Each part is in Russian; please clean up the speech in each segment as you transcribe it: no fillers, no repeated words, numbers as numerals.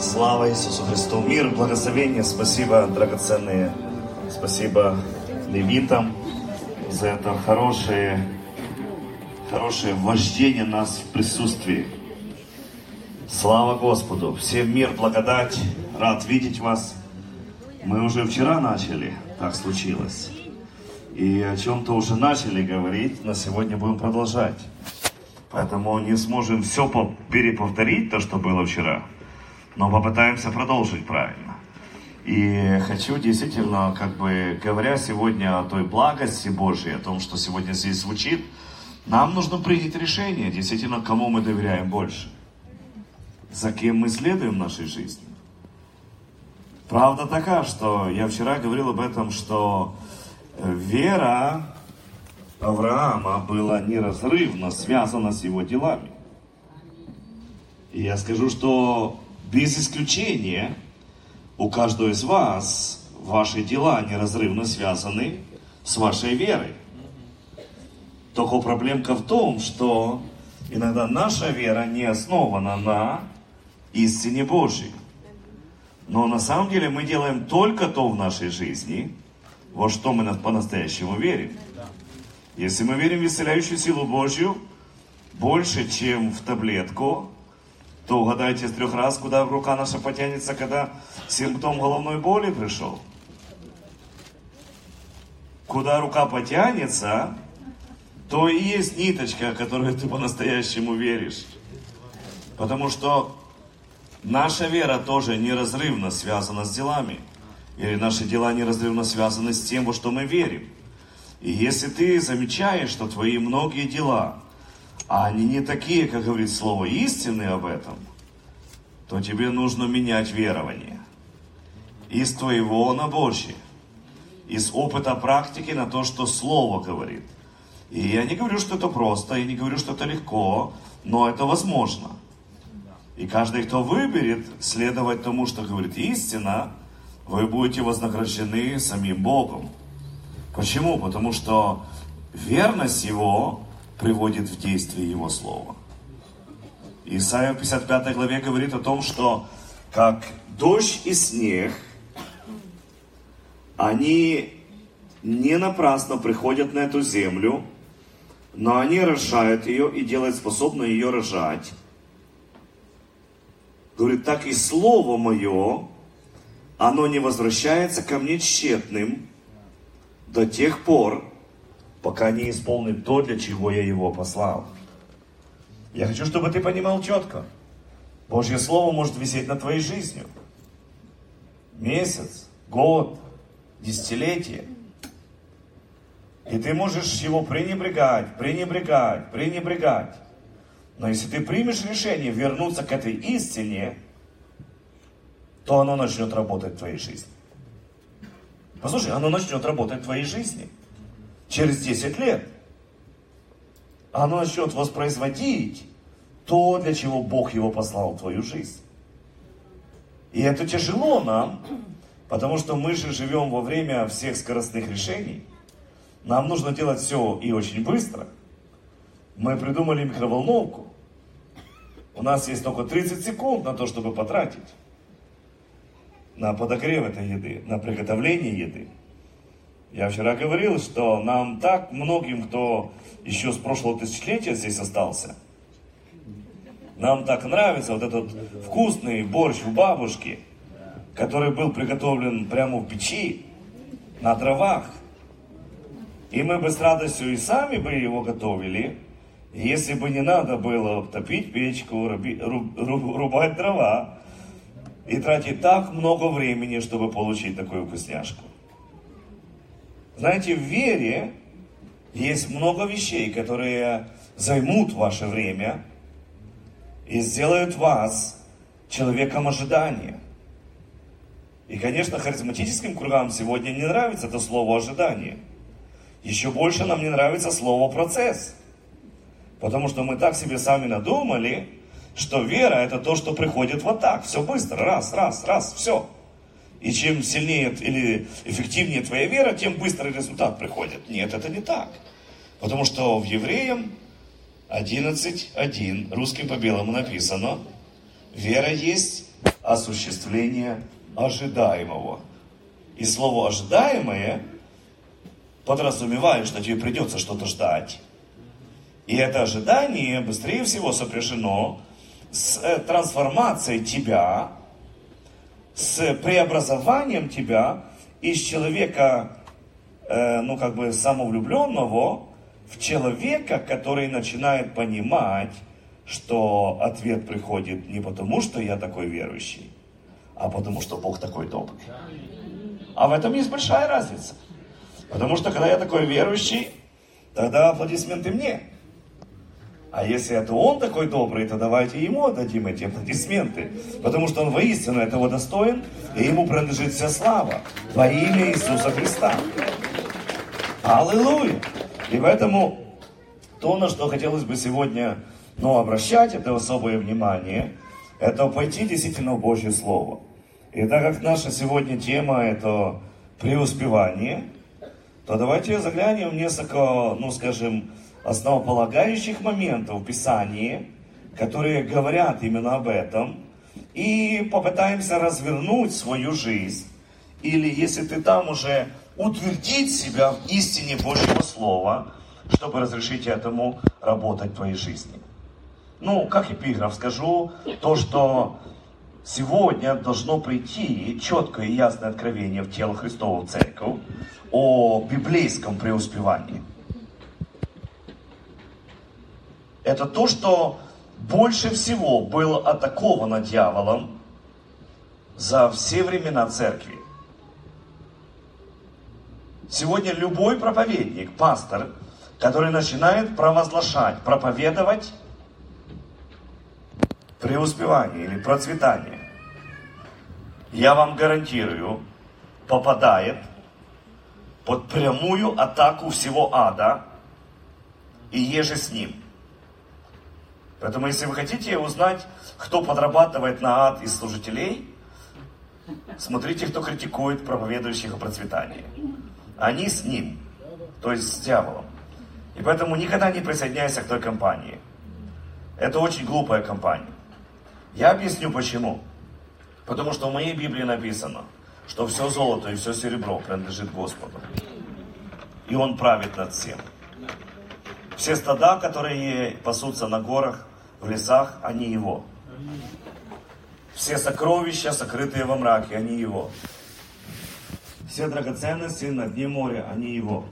Слава Иисусу Христу! Мир, благословение, спасибо, драгоценные, спасибо левитам за это хорошее вождение нас в присутствии. Слава Господу! Всем мир, благодать, рад видеть вас. Мы уже вчера начали, так случилось. И о чем-то уже начали говорить, но сегодня будем продолжать. Поэтому не сможем все переповторить, то, что было вчера, но попытаемся продолжить правильно. И хочу действительно, говоря сегодня о той благости Божьей, о том, что сегодня здесь звучит, нам нужно принять решение, действительно, кому мы доверяем больше, за кем мы следуем в нашей жизни. Правда такая, что я вчера говорил об этом, что вера Авраама была неразрывно связана с его делами. И я скажу, что без исключения у каждого из вас ваши дела неразрывно связаны с вашей верой. Только проблемка в том, что иногда наша вера не основана на истине Божьей. Но на самом деле мы делаем только то в нашей жизни, во что мы по-настоящему верим. Если мы верим в исцеляющую силу Божью больше, чем в таблетку, то угадайте с 3 раз, куда рука наша потянется, когда симптом головной боли пришел. Куда рука потянется, то и есть ниточка, которой ты по-настоящему веришь. Потому что наша вера тоже неразрывно связана с делами. Или наши дела неразрывно связаны с тем, во что мы верим. И если ты замечаешь, что твои многие дела, а они не такие, как говорит слово, истины об этом, то тебе нужно менять верование. Из твоего на Божье. Из опыта практики на то, что слово говорит. И я не говорю, что это просто, я не говорю, что это легко, но это возможно. И каждый, кто выберет следовать тому, что говорит истина, вы будете вознаграждены самим Богом. Почему? Потому что верность Его приводит в действие Его Слова. Исайя в 55 главе говорит о том, что как дождь и снег, они не напрасно приходят на эту землю, но они рожают ее и делают способной ее рожать. Говорит, так и Слово Мое, оно не возвращается ко мне тщетным до тех пор, пока не исполнит то, для чего я его послал. Я хочу, чтобы ты понимал четко. Божье Слово может висеть над твоей жизнью. Месяц, год, десятилетие. И ты можешь его пренебрегать. Но если ты примешь решение вернуться к этой истине, то оно начнет работать в твоей жизни. Послушай, оно начнет работать в твоей жизни. Через 10 лет. Оно начнет воспроизводить то, для чего Бог его послал в твою жизнь. И это тяжело нам, потому что мы же живем во время всех скоростных решений. Нам нужно делать все и очень быстро. Мы придумали микроволновку. У нас есть только 30 секунд на то, чтобы потратить. На подогрев этой еды, на приготовление еды. Я вчера говорил, что нам так многим, кто еще с прошлого тысячелетия здесь остался, нам так нравится вот этот вкусный борщ у бабушки, который был приготовлен прямо в печи, на дровах. И мы бы с радостью и сами бы его готовили, если бы не надо было топить печку, рубать дрова и тратить так много времени, чтобы получить такую вкусняшку. Знаете, в вере есть много вещей, которые займут ваше время и сделают вас человеком ожидания. И, конечно, харизматическим кругам сегодня не нравится это слово «ожидание». Еще больше нам не нравится слово «процесс». Потому что мы так себе сами надумали, что вера это то, что приходит вот так, все быстро, раз, все. И чем сильнее или эффективнее твоя вера, тем быстрый результат приходит. Нет, это не так. Потому что в Евреям 11:1 русским по белому написано: вера есть осуществление ожидаемого. И слово «ожидаемое» подразумевает, что тебе придется что-то ждать. И это ожидание быстрее всего сопряжено с трансформацией тебя, с преобразованием тебя из человека, самовлюбленного, в человека, который начинает понимать, что ответ приходит не потому, что я такой верующий, а потому, что Бог такой добрый. А в этом есть большая разница. Потому что, когда я такой верующий, тогда аплодисменты мне. А если это Он такой добрый, то давайте Ему отдадим эти аплодисменты. Потому что Он воистину этого достоин, и Ему принадлежит вся слава во имя Иисуса Христа. Аллилуйя! И поэтому то, на что хотелось бы сегодня обращать это особое внимание, это пойти действительно в Божье Слово. И так как наша сегодня тема это преуспевание, то давайте заглянем в несколько, основополагающих моментов в Писании, которые говорят именно об этом, и попытаемся развернуть свою жизнь, или если ты там уже утвердить себя в истине Божьего Слова, чтобы разрешить этому работать в твоей жизни. Как эпиграф скажу, то, что сегодня должно прийти четкое и ясное откровение в тело Христово, в церковь, о библейском преуспевании. Это то, что больше всего было атаковано дьяволом за все времена церкви. Сегодня любой проповедник, пастор, который начинает провозглашать, проповедовать преуспевание или процветание, я вам гарантирую, попадает под прямую атаку всего ада и еже с ним. Поэтому, если вы хотите узнать, кто подрабатывает на ад из служителей, смотрите, кто критикует проповедующих о процветании. Они с ним, то есть с дьяволом. И поэтому никогда не присоединяйся к той компании. Это очень глупая компания. Я объясню почему. Потому что в моей Библии написано, что все золото и все серебро принадлежит Господу. И Он правит над всем. Все стада, которые пасутся на горах, в лесах, они Его. Все сокровища, сокрытые во мраке, они Его. Все драгоценности на дне моря, они Его.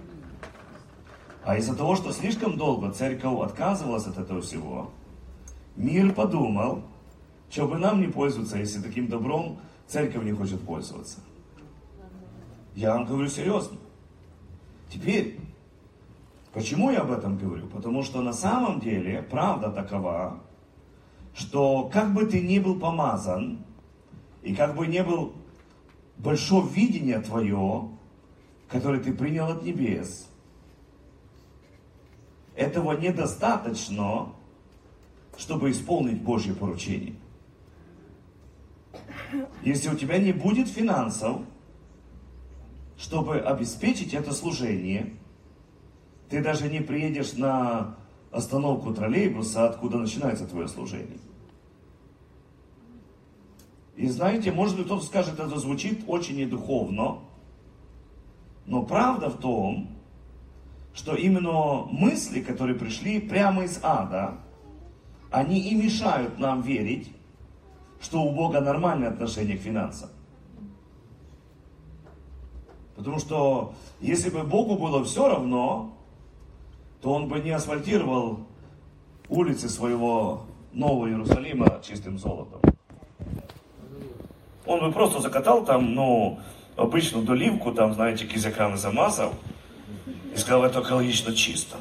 А из-за того, что слишком долго церковь отказывалась от этого всего, мир подумал, что бы нам не пользоваться, если таким добром церковь не хочет пользоваться. Я вам говорю серьезно. Теперь, почему я об этом говорю? Потому что на самом деле правда такова, что как бы ты ни был помазан, и как бы не был большое видение твое, которое ты принял от небес, этого недостаточно, чтобы исполнить Божье поручение. Если у тебя не будет финансов, чтобы обеспечить это служение, ты даже не приедешь на остановку троллейбуса, откуда начинается твое служение. И знаете, может быть, кто-то скажет, это звучит очень недуховно, но правда в том, что именно мысли, которые пришли прямо из ада, они и мешают нам верить, что у Бога нормальное отношение к финансам. Потому что если бы Богу было все равно, то Он бы не асфальтировал улицы своего Нового Иерусалима чистым золотом. Он бы просто закатал там, обычную доливку, там, знаете, кизяками замазал, и сказал, это экологично чисто.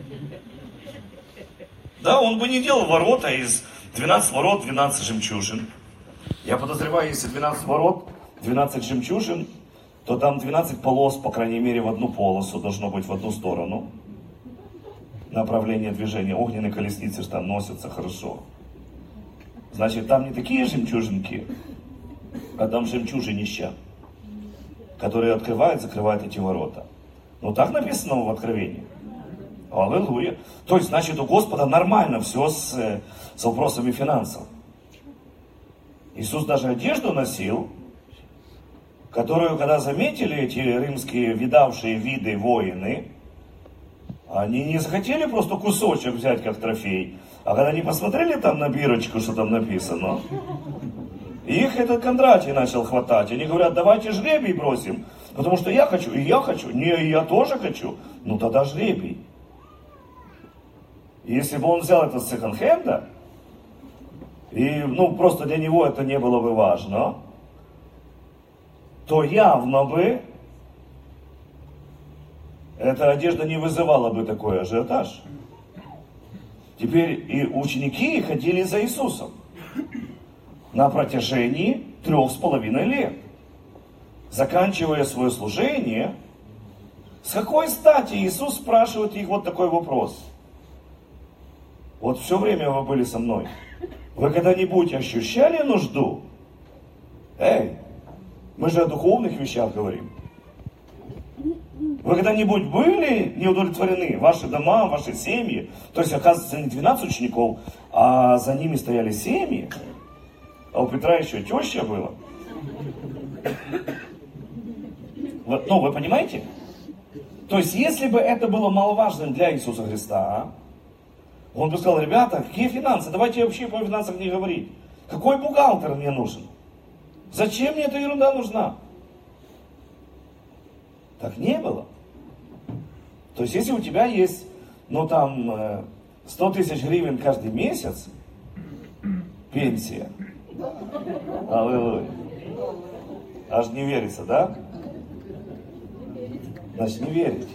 Да, он бы не делал ворота из 12 ворот, 12 жемчужин. Я подозреваю, если 12 ворот, 12 жемчужин, то там 12 полос, по крайней мере, в одну полосу, должно быть в одну сторону. Направление движения. Огненные колесницы же там носятся хорошо. Значит, там не такие жемчужинки, а там жемчужинища, которые открывают, закрывают эти ворота. Так написано в Откровении. Аллилуйя. То есть, значит, у Господа нормально все с вопросами финансов. Иисус даже одежду носил, которую, когда заметили эти римские видавшие виды воины, они не захотели просто кусочек взять как трофей, а когда они посмотрели там на бирочку, что там написано, их этот Кондратий начал хватать. Они говорят, давайте жребий бросим, потому что я хочу, и я хочу. Не, и я тоже хочу. Ну тогда жребий. И если бы он взял это с секонд-хенда, и просто для него это не было бы важно, то явно бы эта одежда не вызывала бы такой ажиотаж. Теперь и ученики ходили за Иисусом на протяжении 3,5 лет. Заканчивая свое служение, с какой стати Иисус спрашивает их вот такой вопрос? Вот все время вы были со мной. Вы когда-нибудь ощущали нужду? Мы же о духовных вещах говорим. Вы когда-нибудь были неудовлетворены? Ваши дома, ваши семьи? То есть, оказывается, не 12 учеников, а за ними стояли семьи. А у Петра еще теща была. Вы понимаете? То есть, если бы это было маловажным для Иисуса Христа, он бы сказал, ребята, какие финансы? Давайте вообще по финансах не говорить. Какой бухгалтер мне нужен? Зачем мне эта ерунда нужна? Так не было. То есть, если у тебя есть, 100 тысяч гривен каждый месяц, пенсия, аллилуйя, аж не верится, да? Значит, не верите.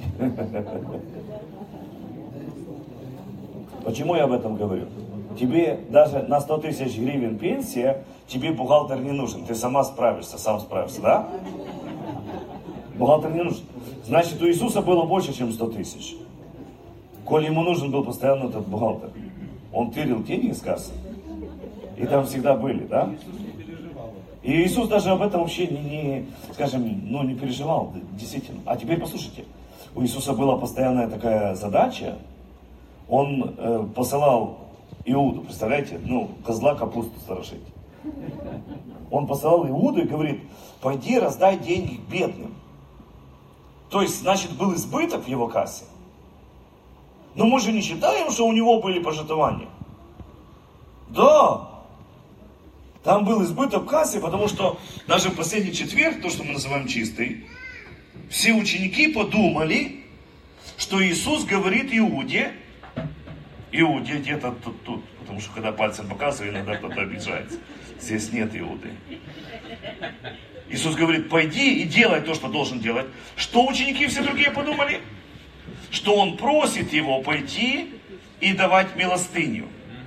Почему я об этом говорю? Тебе даже на 100 тысяч гривен пенсия, тебе бухгалтер не нужен. Ты сам справишься, да? Бухгалтер не нужен. Значит, у Иисуса было больше, чем 100 тысяч. Коль ему нужен был постоянно этот бухгалтер, он тырил деньги из кассы. И там всегда были, да? И Иисус даже об этом вообще не переживал, действительно. А теперь послушайте, у Иисуса была постоянная такая задача. Он посылал Иуду, представляете, козла капусту сторожить. Он посылал Иуду и говорит, пойди раздай деньги бедным. То есть, значит, был избыток в его кассе. Но мы же не считаем, что у него были пожертвования. Да. Там был избыток в кассе, потому что даже в последний четверг, то, что мы называем чистый, все ученики подумали, что Иисус говорит Иуде где-то тут, потому что когда пальцем показываю, иногда кто-то обижается. Здесь нет Иуды. Иисус говорит, пойди и делай то, что должен делать. Что ученики все другие подумали? Что он просит его пойти и давать милостыню.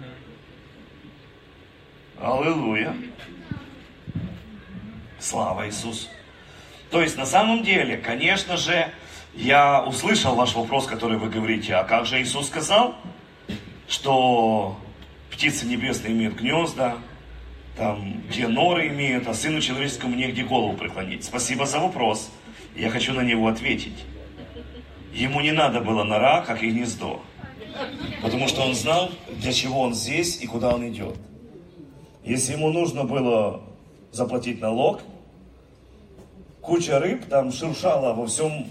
Аллилуйя. Слава Иисусу. То есть, на самом деле, конечно же, я услышал ваш вопрос, который вы говорите, а как же Иисус сказал, что птицы небесные имеют гнезда, там, где норы имеют, а Сыну Человеческому негде голову преклонить. Спасибо за вопрос. Я хочу на него ответить. Ему не надо было нора, как и гнездо. Потому что он знал, для чего он здесь и куда он идет. Если ему нужно было заплатить налог, куча рыб там шуршала во всем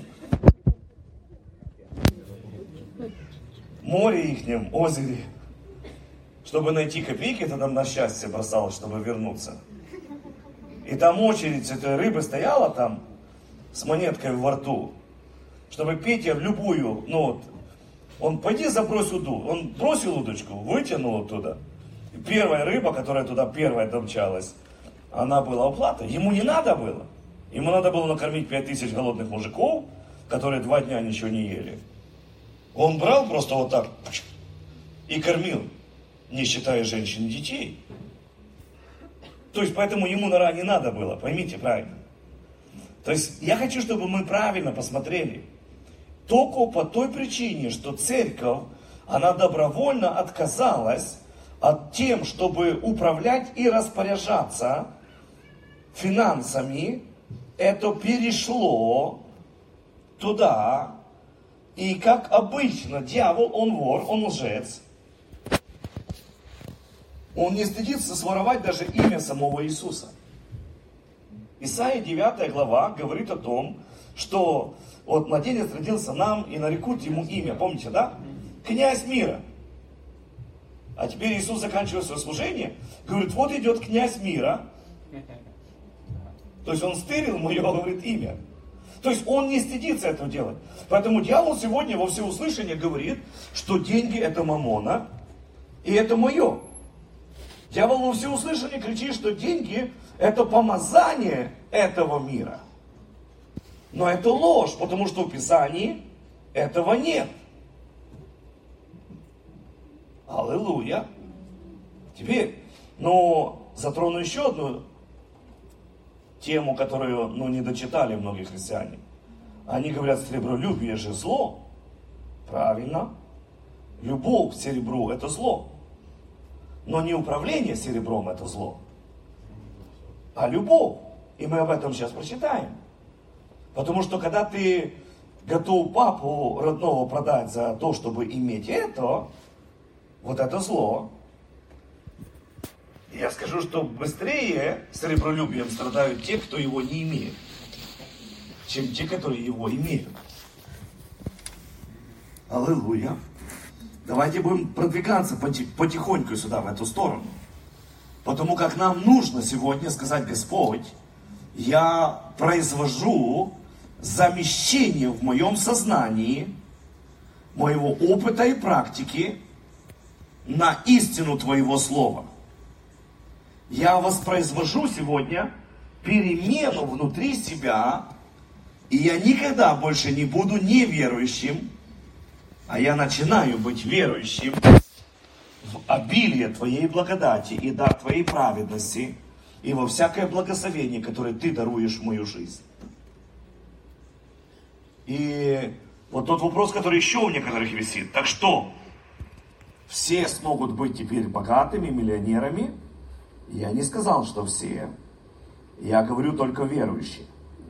море ихнем, озере. Чтобы найти копейки, то там на счастье бросалось, чтобы вернуться. И там очередь этой рыбы стояла там с монеткой во рту, чтобы Петя в любую, он пойди забрось уду. Он бросил удочку, вытянул оттуда. И первая рыба, которая туда первая домчалась, она была оплата. Ему не надо было. Ему надо было накормить 5000 голодных мужиков, которые 2 дня ничего не ели. Он брал просто вот так и кормил, не считая женщин и детей. То есть, поэтому ему нора не надо было, поймите правильно. То есть, я хочу, чтобы мы правильно посмотрели. Только по той причине, что церковь, она добровольно отказалась от тем, чтобы управлять и распоряжаться финансами, это перешло туда. И как обычно, дьявол, он вор, он лжец. Он не стыдится своровать даже имя самого Иисуса. Исайя 9 глава говорит о том, что вот младенец родился нам, и нарекут ему имя. Помните, да? Князь мира. А теперь Иисус, заканчивая свое служение, говорит, вот идет князь мира. То есть он стырил мое, говорит, имя. То есть он не стыдится этого делать. Поэтому дьявол сегодня во всеуслышание говорит, что деньги это мамона, и это мое. Дьявол во всеуслышание кричит, что деньги это помазание этого мира. Но это ложь, потому что в Писании этого нет. Аллилуйя. Теперь, затрону еще одну тему, которую, не дочитали многие христиане. Они говорят, серебролюбие же зло. Правильно. Любовь к серебру это зло. Но не управление серебром это зло, а любовь. И мы об этом сейчас прочитаем. Потому что когда ты готов папу родного продать за то, чтобы иметь это, вот это зло. Я скажу, что быстрее серебролюбием страдают те, кто его не имеет, чем те, которые его имеют. Аллилуйя. Давайте будем продвигаться потихоньку сюда, в эту сторону. Потому как нам нужно сегодня сказать, Господь, я произвожу замещение в моем сознании моего опыта и практики на истину Твоего Слова. Я воспроизвожу сегодня перемену внутри себя, и я никогда больше не буду неверующим, а я начинаю быть верующим в обилие Твоей благодати и дар Твоей праведности, и во всякое благословение, которое Ты даруешь в мою жизнь. И вот тот вопрос, который еще у некоторых висит. Так что, все смогут быть теперь богатыми, миллионерами? Я не сказал, что все. Я говорю только верующие.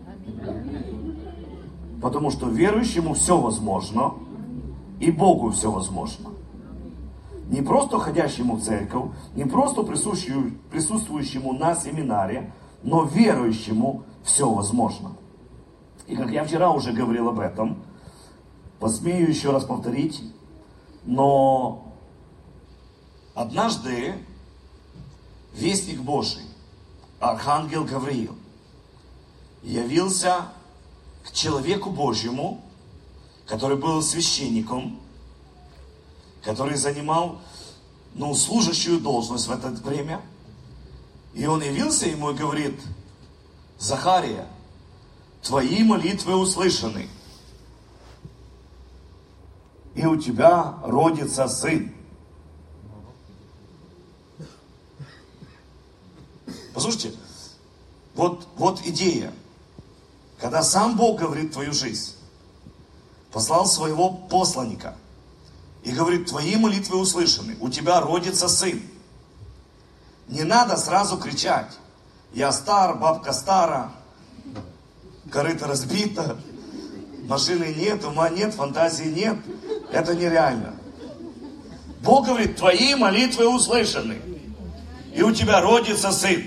Потому что верующему все возможно, и Богу все возможно. Не просто ходящему в церковь, не просто присутствующему на семинаре, но верующему все возможно. И как я вчера уже говорил об этом, посмею еще раз повторить, но однажды Вестник Божий, Архангел Гавриил, явился к человеку Божьему, который был священником, который занимал, служащую должность в это время. И он явился ему и говорит: Захария, твои молитвы услышаны, и у тебя родится сын. Послушайте, вот идея, когда сам Бог говорит в твою жизнь, послал своего посланника и говорит: твои молитвы услышаны, у тебя родится сын. Не надо сразу кричать: я стар, бабка стара, корыто разбито, машины нет, ума нет, фантазии нет. Это нереально. Бог говорит: твои молитвы услышаны, и у тебя родится сын.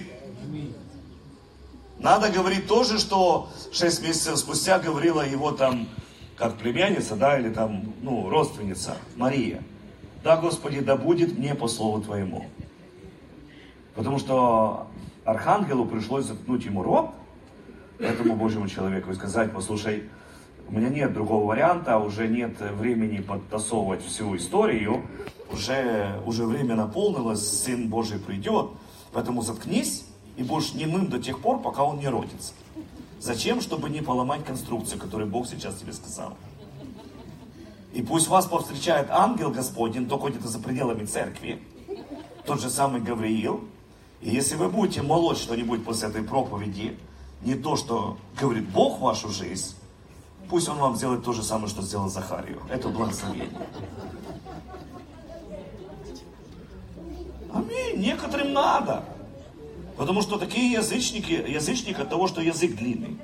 Надо говорить то же, что 6 месяцев спустя говорила его там, как племянница, или родственница Мария. Да, Господи, да будет мне по слову Твоему. Потому что архангелу пришлось заткнуть ему рот, этому Божьему человеку, и сказать: послушай, у меня нет другого варианта, уже нет времени подтасовывать всю историю, уже время наполнилось, Сын Божий придет, поэтому заткнись и будешь немым до тех пор, пока он не родится. Зачем? Чтобы не поломать конструкцию, которую Бог сейчас тебе сказал. И пусть вас повстречает ангел Господень, только где-то за пределами церкви, тот же самый Гавриил. И если вы будете молоть что-нибудь после этой проповеди, не то, что говорит Бог в вашу жизнь, пусть Он вам сделает то же самое, что сделал Захарию. Это благословение. Аминь. Некоторым надо. Потому что такие язычники от того, что язык длинный.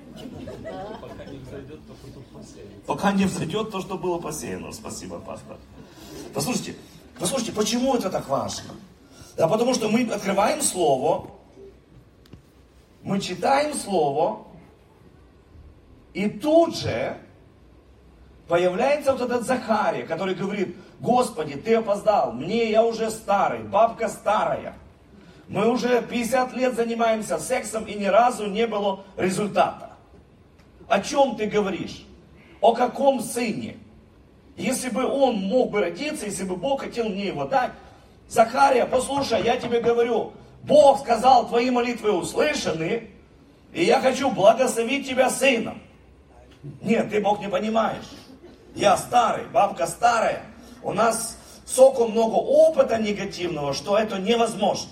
Пока не взойдет то, что было посеяно. Спасибо, пастор. Послушайте, почему это так важно? Да потому что мы открываем Слово, мы читаем Слово, и тут же появляется вот этот Захария, который говорит: Господи, ты опоздал, я уже старый, бабка старая. Мы уже 50 лет занимаемся сексом, и ни разу не было результата. О чем ты говоришь? О каком сыне? Если бы он мог бы родиться, если бы Бог хотел мне его дать. Захария, послушай, я тебе говорю, Бог сказал, твои молитвы услышаны, и я хочу благословить тебя сыном. Нет, ты, Бог, не понимаешь. Я старый, бабка старая. У нас столько много опыта негативного, что это невозможно.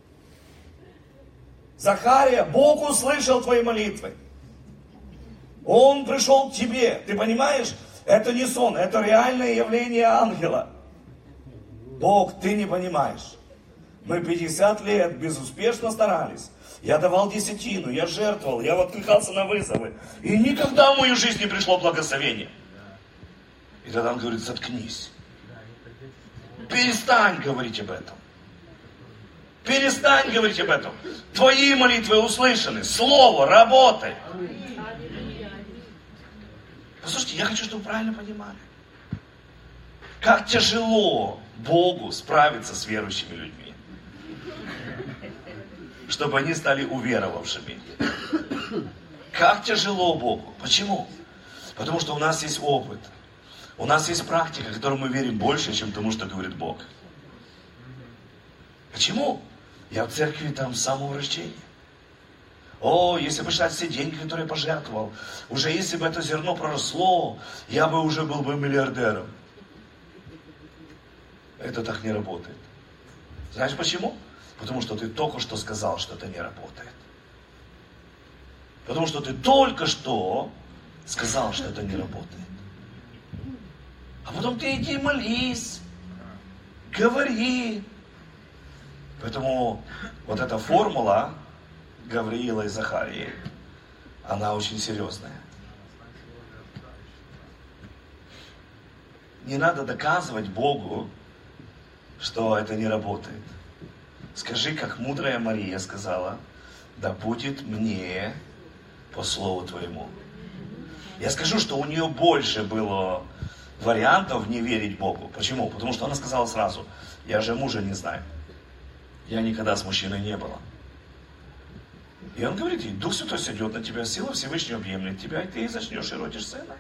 Захария, Бог услышал твои молитвы. Он пришел к тебе. Ты понимаешь? Это не сон, это реальное явление ангела. Бог, ты не понимаешь. Мы 50 лет безуспешно старались. Я давал десятину, я жертвовал, я откликался на вызовы. И никогда в мою жизнь не пришло благословение. И тогда он говорит: заткнись. Перестань говорить об этом. Перестань говорить об этом. Твои молитвы услышаны. Слово, работай. Послушайте, я хочу, чтобы вы правильно понимали. Как тяжело Богу справиться с верующими людьми. Чтобы они стали уверовавшими. Как тяжело Богу. Почему? Потому что у нас есть опыт. У нас есть практика, которой мы верим больше, чем тому, что говорит Бог. Почему? Я в церкви там с самого рождения. Если бы считать все деньги, которые я пожертвовал, уже если бы это зерно проросло, я бы уже был бы миллиардером. Это так не работает. Знаешь почему? Потому что ты только что сказал, что это не работает. Потому что ты только что сказал, что это не работает. А потом ты иди молись, говори. Поэтому вот эта формула Гавриила и Захарии, она очень серьезная. Не надо доказывать Богу, что это не работает. Скажи, как мудрая Мария сказала: да будет мне по слову твоему. Я скажу, что у нее больше было вариантов не верить Богу. Почему? Потому что она сказала сразу: я же мужа не знаю. Я никогда с мужчиной не была. И он говорит ей: Дух Святой сойдет на тебя, сила Всевышнего объемлет тебя, и ты зачнешь и родишь сына.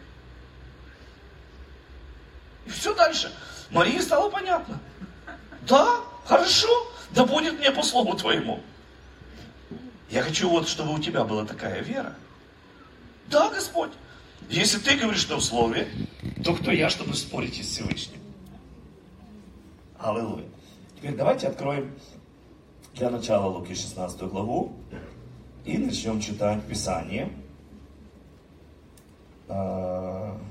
И все дальше. Марии стало понятно. Да, хорошо, да будет мне по слову твоему. Я хочу вот, чтобы у тебя была такая вера. Да, Господь. Если ты говоришь, что в слове, то кто я, чтобы спорить с Всевышним? Аллилуйя. Теперь давайте откроем для начала Луки 16 главу и начнем читать Писание. Кого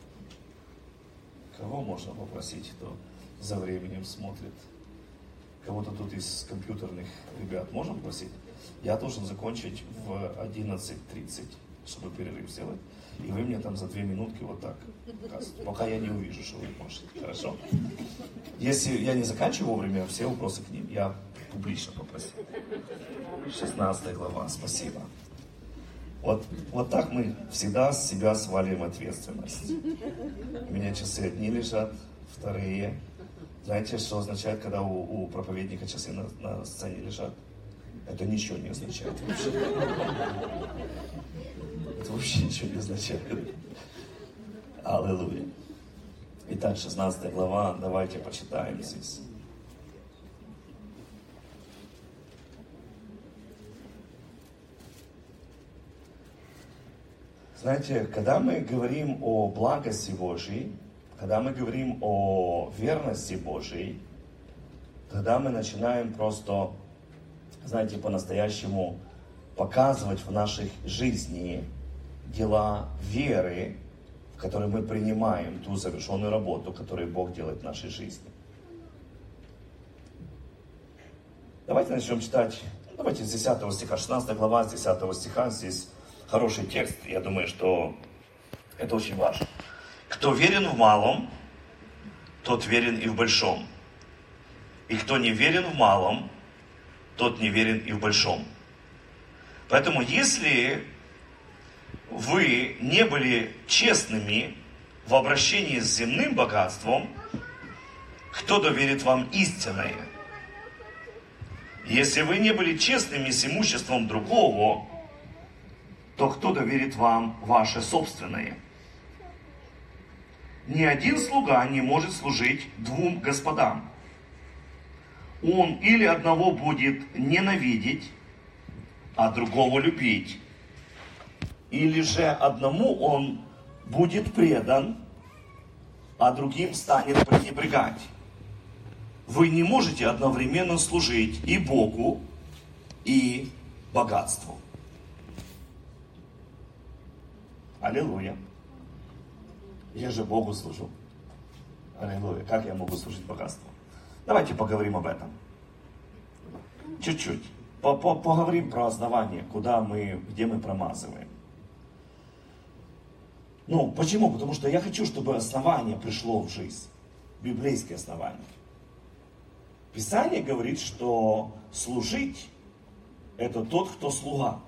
можно попросить, кто за временем смотрит? Кого-то тут из компьютерных ребят можно попросить? Я должен закончить в 11:30, чтобы перерыв сделать. И вы мне там за 2 минутки вот так показываете, пока я не увижу, что вы можете. Хорошо? Если я не заканчиваю вовремя, все вопросы к ним я публично попросил. 16 глава, спасибо. Вот так мы всегда с себя сваливаем ответственность. У меня часы одни лежат, вторые. Знаете, что означает, когда у проповедника часы на сцене лежат? Это ничего не означает вообще. Это вообще ничего не означает. Аллилуйя. Итак, 16 глава, давайте почитаем здесь. Знаете, когда мы говорим о благости Божьей, когда мы говорим о верности Божьей, тогда мы начинаем просто, знаете, по-настоящему показывать в нашей жизни дела веры, в которые мы принимаем ту завершенную работу, которую Бог делает в нашей жизни. Давайте начнем читать, давайте с 10 стиха, 16 глава, с 10 стиха, здесь хороший текст, я думаю, что это очень важно. Кто верен в малом, тот верен и в большом. И кто не верен в малом, тот не верен и в большом. Поэтому если вы не были честными в обращении с земным богатством, кто доверит вам истинное? Если вы не были честными с имуществом другого, то кто доверит вам ваше собственное? Ни один слуга не может служить двум господам. Он или одного будет ненавидеть, а другого любить. Или же одному он будет предан, а другим станет пренебрегать. Вы не можете одновременно служить и Богу, и богатству. Аллилуйя. Я же Богу служу. Аллилуйя. Как я могу служить богатству? Давайте поговорим об этом. Чуть-чуть. Поговорим про основание, где мы промазываем. Почему? Потому что я хочу, чтобы основание пришло в жизнь. Библейское основание. Писание говорит, что служить – это тот, кто слуга.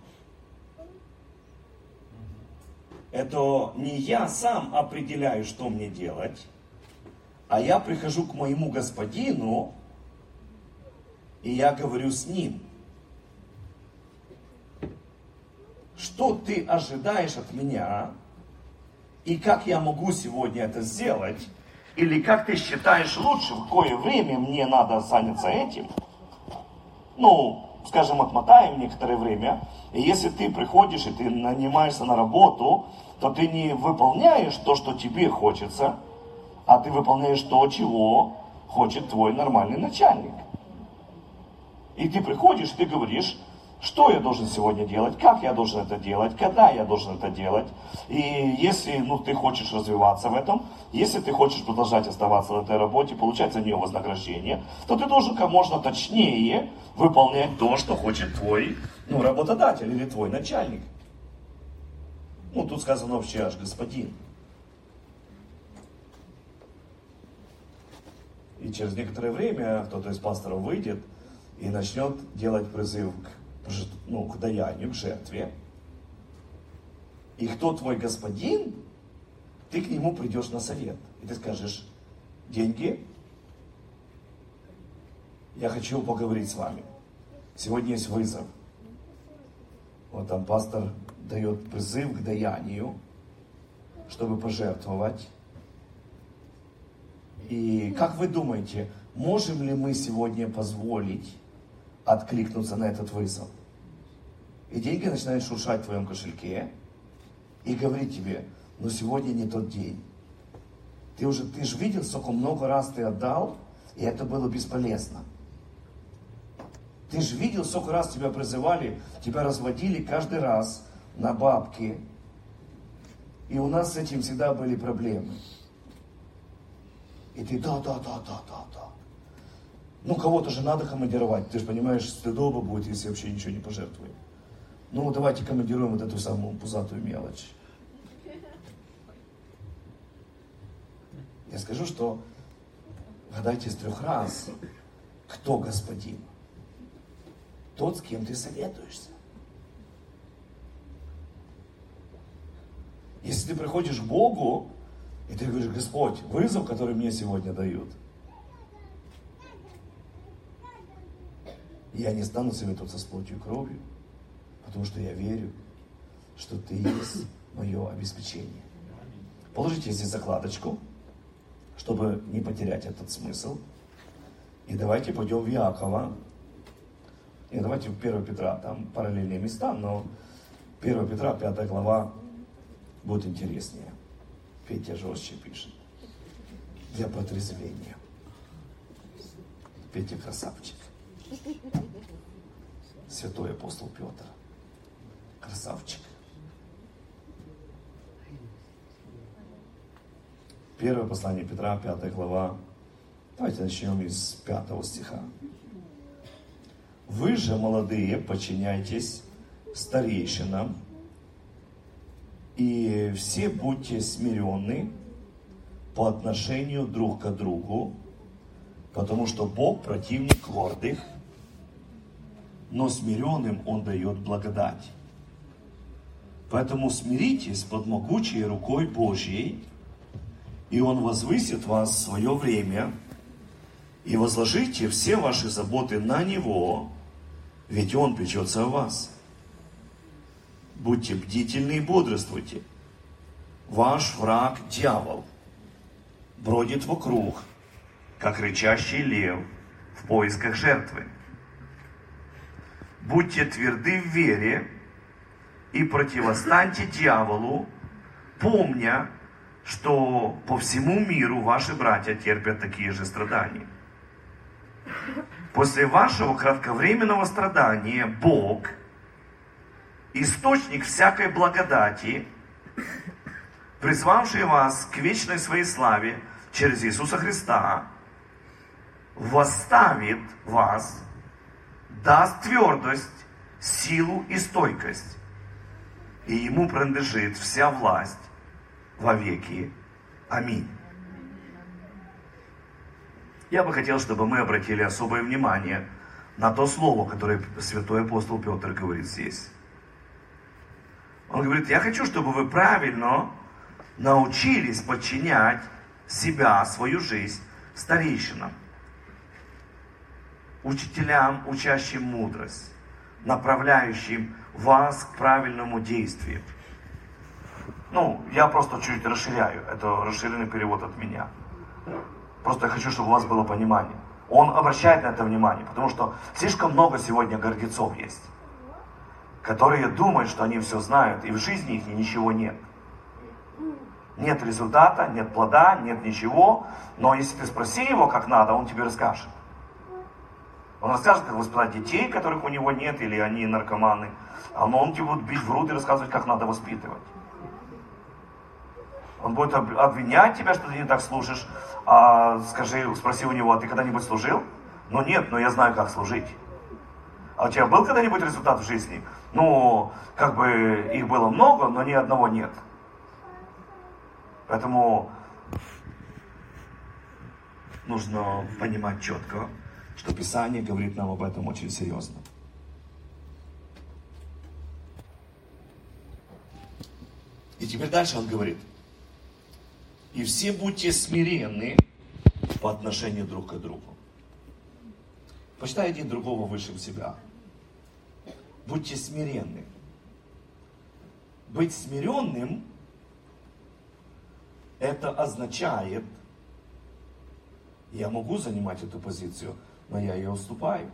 Это не я сам определяю, что мне делать, а я прихожу к моему господину, и я говорю с ним. Что ты ожидаешь от меня, и как я могу сегодня это сделать, или как ты считаешь лучше, в какое время мне надо заняться этим? Скажем, отмотаем некоторое время, и если ты приходишь и ты нанимаешься на работу, то ты не выполняешь то, что тебе хочется, а ты выполняешь то, чего хочет твой нормальный начальник. И ты приходишь, ты говоришь, что я должен сегодня делать, как я должен это делать, когда я должен это делать. И если ты хочешь развиваться в этом, если ты хочешь продолжать оставаться на этой работе, получать за нее вознаграждение, то ты должен как можно точнее выполнять то, что хочет твой работодатель или твой начальник. Тут сказано вообще аж господин. И через некоторое время кто-то из пасторов выйдет и начнет делать призыв к даянию, к жертве. И кто твой господин, ты к нему придешь на совет. И ты скажешь: деньги, я хочу поговорить с вами. Сегодня есть вызов. Вот там пастор дает призыв к даянию, чтобы пожертвовать. И как вы думаете, можем ли мы сегодня позволить откликнуться на этот вызов? И деньги начинают шуршать в твоем кошельке и говорить тебе: сегодня не тот день. Ты же видел, сколько много раз ты отдал, и это было бесполезно. Ты же видел, сколько раз тебя призывали, тебя разводили каждый раз на бабки. И у нас с этим всегда были проблемы. И ты да. Кого-то же надо командировать. Ты же понимаешь, стыдоба будет, если вообще ничего не пожертвуем. Давайте командируем вот эту самую пузатую мелочь. Я скажу, что гадайте из 3 раз, кто господин. Тот, с кем ты советуешься. Если ты приходишь к Богу, и ты говоришь: Господь, вызов, который мне сегодня дают, я не стану советоваться с плотью и кровью, потому что я верю, что ты есть мое обеспечение. Положите здесь закладочку, чтобы не потерять этот смысл. И давайте пойдем в Иакова. И давайте в 1 Петра, там параллельные места, но 1 Петра, 5 глава, будет интереснее. Петя жестче пишет. Для протрезвения. Петя красавчик. Святой апостол Петр. Красавчик. 1 послание Петра, 5 глава. Давайте начнем из 5 стиха. Вы же, молодые, подчиняйтесь старейшинам, и все будьте смиренны по отношению друг к другу, Потому что Бог противник гордых, но смиренным Он дает благодать. Поэтому смиритесь под могучей рукой Божьей, и Он возвысит вас в свое время, и возложите все ваши заботы на Него, ведь Он печется о вас. Будьте бдительны и бодрствуйте. Ваш враг дьявол бродит вокруг, как рычащий лев в поисках жертвы. Будьте тверды в вере и противостаньте дьяволу, помня, что по всему миру ваши братья терпят такие же страдания. После вашего кратковременного страдания Бог, источник всякой благодати, призвавший вас к вечной своей славе через Иисуса Христа, восставит вас, даст твердость, силу и стойкость, и Ему принадлежит вся власть во веки. Аминь. Я бы хотел, чтобы мы обратили особое внимание на то слово, которое святой апостол Петр говорит здесь. Он говорит: я хочу, чтобы вы правильно научились подчинять себя, свою жизнь старейшинам, учителям, учащим мудрость, направляющим вас к правильному действию. Я просто чуть расширяю. Это расширенный перевод от меня. Просто я хочу, чтобы у вас было понимание. Он обращает на это внимание, потому что слишком много сегодня гордецов есть, которые думают, что они все знают, и в жизни их ничего нет. Нет результата, нет плода, нет ничего, но если ты спроси его как надо, он тебе расскажет. Он расскажет, как воспитать детей, которых у него нет, или они наркоманы, а он тебе будет бить в грудь и рассказывать, как надо воспитывать. Он будет обвинять тебя, что ты не так служишь. Спроси у него: а ты когда-нибудь служил? Нет, но я знаю, как служить. А у тебя был когда-нибудь результат в жизни? Их было много, но ни одного нет. Поэтому нужно понимать четко, что Писание говорит нам об этом очень серьезно. И теперь дальше он говорит: и все будьте смиренны по отношению друг к другу. Почитай один другого выше себя. Будьте смиренны. Быть смиренным — это означает, я могу занимать эту позицию, но я ее уступаю.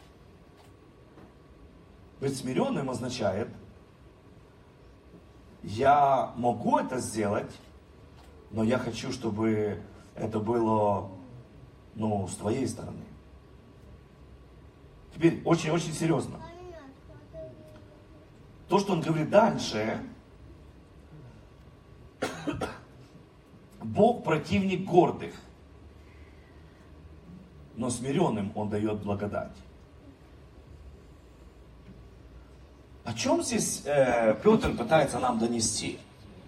Быть смиренным означает, я могу это сделать, но я хочу, чтобы это было, с твоей стороны. Теперь очень-очень серьезно. То, что он говорит дальше: Бог противник гордых, но смиренным Он дает благодать. О чем здесь Петр пытается нам донести?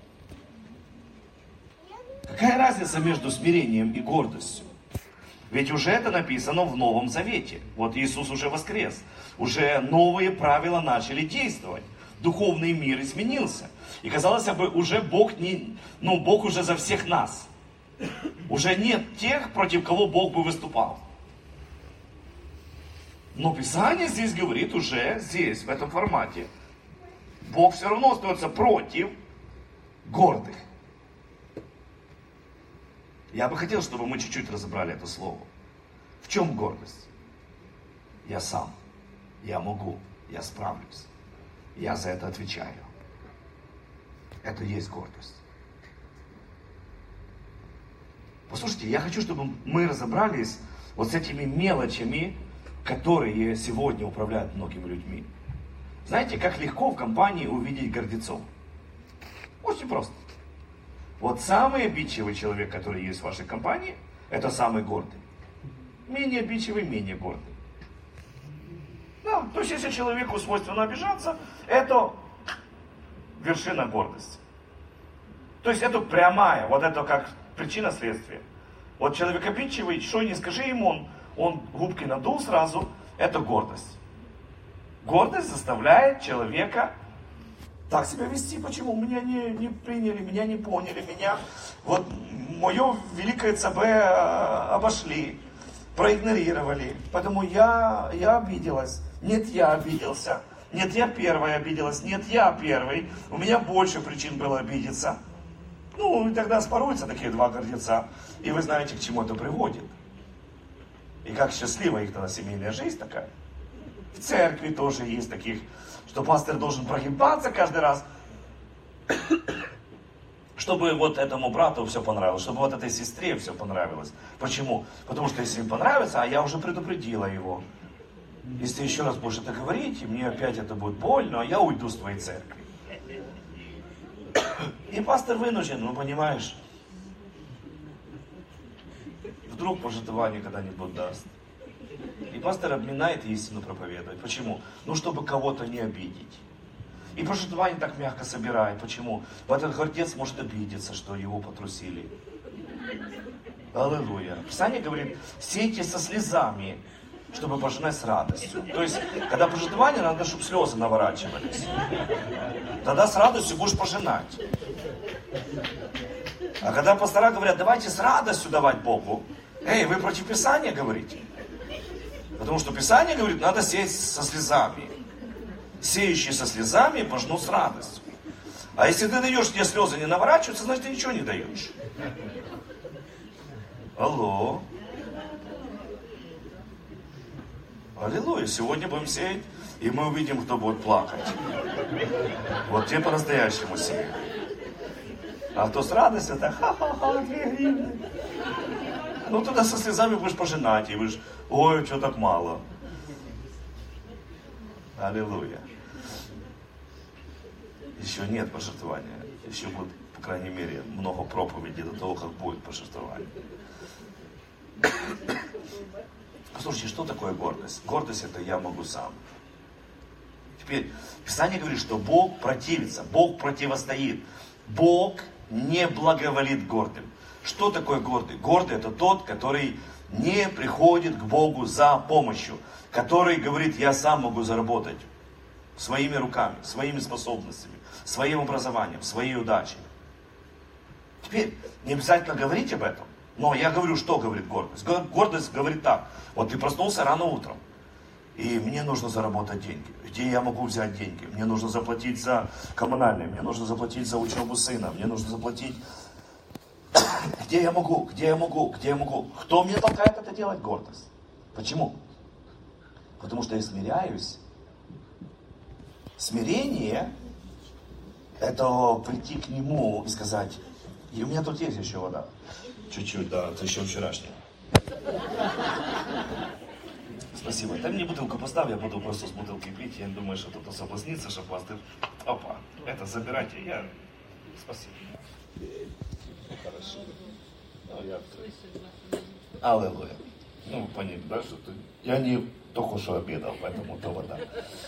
Какая разница между смирением и гордостью? Ведь уже это написано в Новом Завете. Вот Иисус уже воскрес. Уже новые правила начали действовать. Духовный мир изменился. И казалось бы, уже Бог Бог уже за всех нас. Уже нет тех, против кого Бог бы выступал. Но Писание здесь говорит уже здесь, в этом формате. Бог все равно остается против гордых. Я бы хотел, чтобы мы чуть-чуть разобрали это слово. В чем гордость? Я сам, я могу, я справлюсь. Я за это отвечаю. Это и есть гордость. Послушайте, я хочу, чтобы мы разобрались вот с этими мелочами, которые сегодня управляют многими людьми. Знаете, как легко в компании увидеть гордецов? Очень просто. Вот самый обидчивый человек, который есть в вашей компании, это самый гордый. Менее обидчивый, менее гордый. То есть, если человеку свойственно обижаться, это вершина гордости. То есть, это прямая, вот это как причина следствия. Вот человек обидчивый, что не скажи ему, он губки надул сразу, это гордость. Гордость заставляет человека так себя вести. Почему? Меня не приняли, меня не поняли, меня вот мое великое ЦБ обошли, проигнорировали. Поэтому я обиделась. Нет, я обиделся. Нет, я первая обиделась. Нет, я первый. У меня больше причин было обидеться. Ну, и тогда споруются такие два гордеца. И вы знаете, к чему это приводит. И как счастлива их тогда семейная жизнь такая. В церкви тоже есть таких, что пастор должен прогибаться каждый раз, чтобы вот этому брату все понравилось, чтобы вот этой сестре все понравилось. Почему? Потому что если им понравится, а я уже предупредила его. Если еще раз будешь это говорить, и мне опять это будет больно, а я уйду с твоей церкви. И пастор вынужден, ну понимаешь, вдруг пожертвование когда-нибудь даст. И пастор обминает и истину проповедует. Почему? Ну, чтобы кого-то не обидеть. И пожертвование так мягко собирает. Почему? Этот гордец может обидеться, что его потрусили. Аллилуйя. Писание говорит, сейте со слезами, чтобы пожинать с радостью. То есть, когда пожертвование, надо, чтобы слезы наворачивались. Тогда с радостью будешь пожинать. А когда пастора говорят, давайте с радостью давать Богу, эй, вы против Писания говорите? Потому что Писание говорит, надо сеять со слезами. Сеющие со слезами пожнут с радостью. А если ты даешь, где слезы не наворачиваются, значит ты ничего не даешь. Алло. Аллилуйя. Сегодня будем сеять, и мы увидим, кто будет плакать. Вот те по-настоящему сеют. А кто с радостью, это ха-ха-ха, 2 гривны. Ну, туда со слезами будешь пожинать, и будешь, ой, что так мало. Аллилуйя. Еще нет пожертвования. Еще будет, по крайней мере, много проповедей до того, как будет пожертвование. Послушайте, что такое гордость? Гордость это я могу сам. Теперь, Писание говорит, что Бог противится, Бог противостоит. Бог не благоволит гордым. Что такое гордый? Гордый это тот, который не приходит к Богу за помощью. Который говорит, я сам могу заработать своими руками, своими способностями, своим образованием, своей удачей. Теперь, не обязательно говорить об этом. Но я говорю, что говорит гордость. Гордость говорит так. Вот ты проснулся рано утром. И мне нужно заработать деньги. Где я могу взять деньги? Мне нужно заплатить за коммунальные, мне нужно заплатить за учебу сына, мне нужно заплатить... Где я могу? Где я могу? Где я могу? Кто мне толкает это делать? Гордость. Почему? Потому что я смиряюсь. Смирение – это прийти к Нему и сказать, и у меня тут есть еще вода. Чуть-чуть, да, это еще вчерашняя. Спасибо. Дай мне бутылку поставь, я буду просто с бутылки пить. Я думаю, что кто-то соблазнится, что пастырь. Опа, это забирайте, я... Спасибо. Хорошо. Ну, я... Аллилуйя. Ну, вы поняли, да, что ты... Я не только что обедал, поэтому то вода.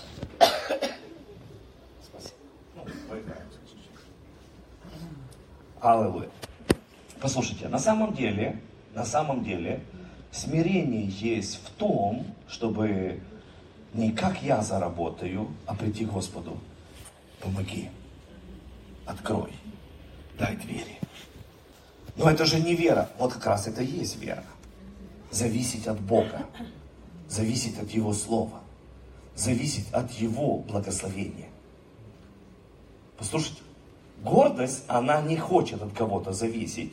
Спасибо. Ну, поиграемся чуть-чуть. Аллилуйя. Послушайте, на самом деле, смирение есть в том, чтобы не как я заработаю, а прийти к Господу. Помоги, открой, дай двери. Но это же не вера, вот как раз это и есть вера. Зависеть от Бога, зависеть от Его Слова, зависеть от Его благословения. Послушайте, гордость, она не хочет от кого-то зависеть.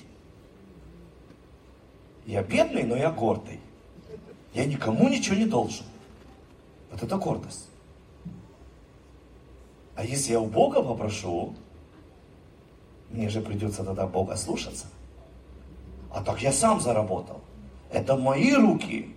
Я бедный, но я гордый. Я никому ничего не должен. Вот это гордость. А если я у Бога попрошу, мне же придется тогда Бога слушаться. А так я сам заработал. Это мои руки.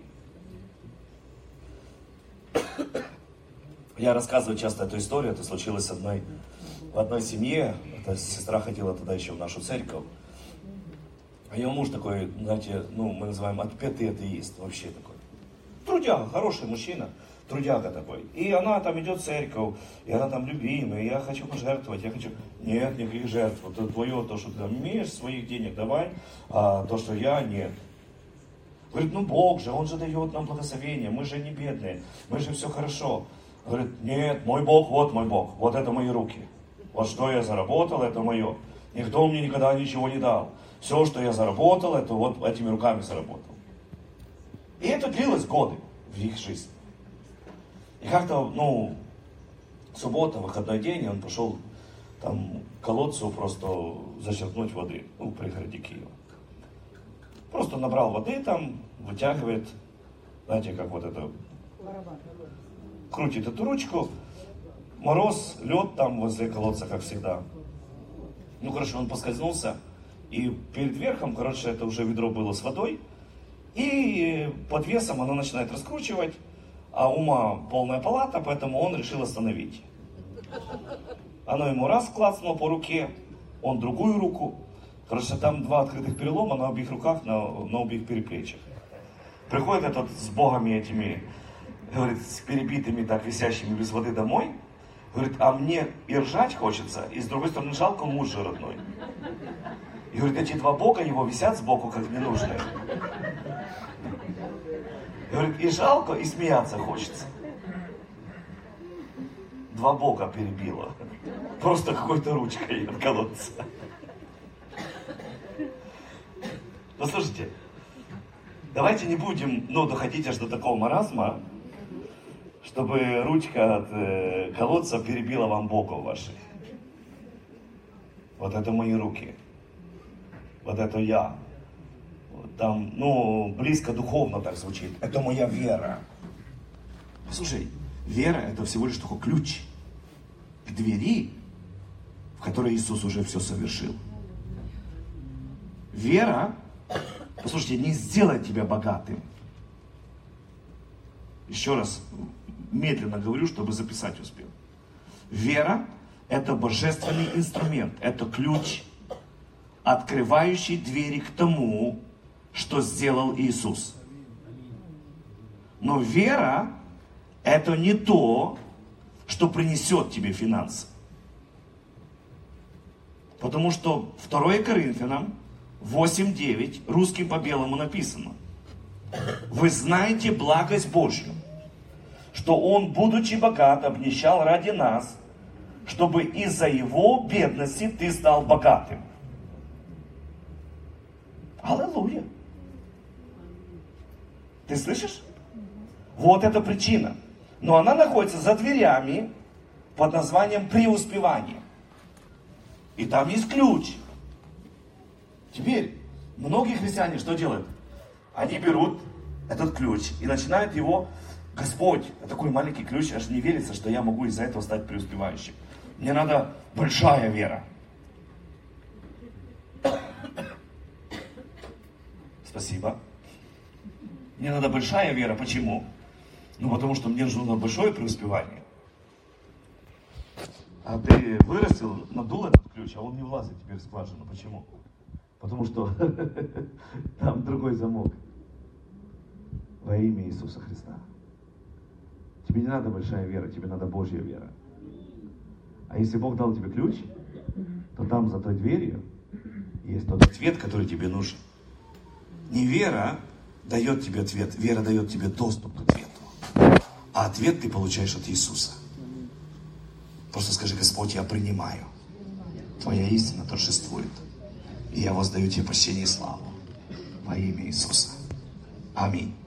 Я рассказываю часто эту историю. Это случилось в одной семье. Эта сестра ходила тогда еще в нашу церковь. А ее муж такой, знаете, ну, мы называем отпетый атеист, вообще такой. Трудяга, хороший мужчина, трудяга такой. И она там идет в церковь, и она там любимая, я хочу пожертвовать, я хочу... Нет, никаких жертв, это твое, то, что ты там имеешь, своих денег давай, а то, что я, нет. Говорит, ну Бог же, Он же дает нам благословение, мы же не бедные, мы же все хорошо. Говорит, нет, мой Бог, вот это мои руки. Вот что я заработал, это мое. Никто мне никогда ничего не дал. Все, что я заработал, это вот этими руками заработал. И это длилось годы в их жизни. И как-то, суббота, выходной день, и он пошел там к колодцу просто зачерпнуть воды, в пригороде Киева. Просто набрал воды там, вытягивает, знаете, как вот это, крутит эту ручку, мороз, лед там возле колодца, как всегда. Он поскользнулся, и перед верхом, это уже ведро было с водой, и под весом оно начинает раскручивать, а ума полная палата, поэтому он решил остановить. Оно ему раз клацнуло по руке, он другую руку. Там 2 открытых перелома на обеих руках, на обеих переплечьях. Приходит этот с богами этими, говорит, с перебитыми, так, висящими без воды домой. Говорит, а мне и ржать хочется, и с другой стороны жалко муж же родной. И говорит, эти 2 бога его висят сбоку, как ненужные. Говорит, и жалко, и смеяться хочется. 2 бога перебило. Просто какой-то ручкой от колодца. Послушайте, давайте не будем, доходить аж до такого маразма, чтобы ручка от колодца перебила вам богов ваших. Вот это мои руки. Вот это я. Там, близко духовно так звучит. Это моя вера. Послушай, вера это всего лишь только ключ к двери, в которой Иисус уже все совершил. Вера, послушайте, не сделает тебя богатым. Еще раз, медленно говорю, чтобы записать успел. Вера это божественный инструмент, это ключ, открывающий двери к тому, что сделал Иисус. Но вера это не то, что принесет тебе финансы. Потому что 2 Коринфянам 8:9 русским по белому написано. Вы знаете благость Божью, что Он, будучи богат, обнищал ради нас, чтобы из-за Его бедности ты стал богатым. Аллилуйя! Ты слышишь? Вот эта причина. Но она находится за дверями под названием преуспевание. И там есть ключ. Теперь многие христиане что делают? Они берут этот ключ и начинают его, Господь, такой маленький ключ, аж не верится, что я могу из-за этого стать преуспевающим. Мне надо большая вера. Спасибо. Мне надо большая вера. Почему? Потому что мне нужно большое преуспевание. А ты вырастил, надул этот ключ, а он не влазит теперь в скважину. Почему? Потому что там другой замок. Во имя Иисуса Христа. Тебе не надо большая вера, тебе надо Божья вера. А если Бог дал тебе ключ, то там за той дверью есть тот ответ, который тебе нужен. Не вера дает тебе ответ, вера дает тебе доступ к ответу. А ответ ты получаешь от Иисуса. Просто скажи: Господь, я принимаю. Твоя истина торжествует. И я воздаю тебе почтение и славу во имя Иисуса. Аминь.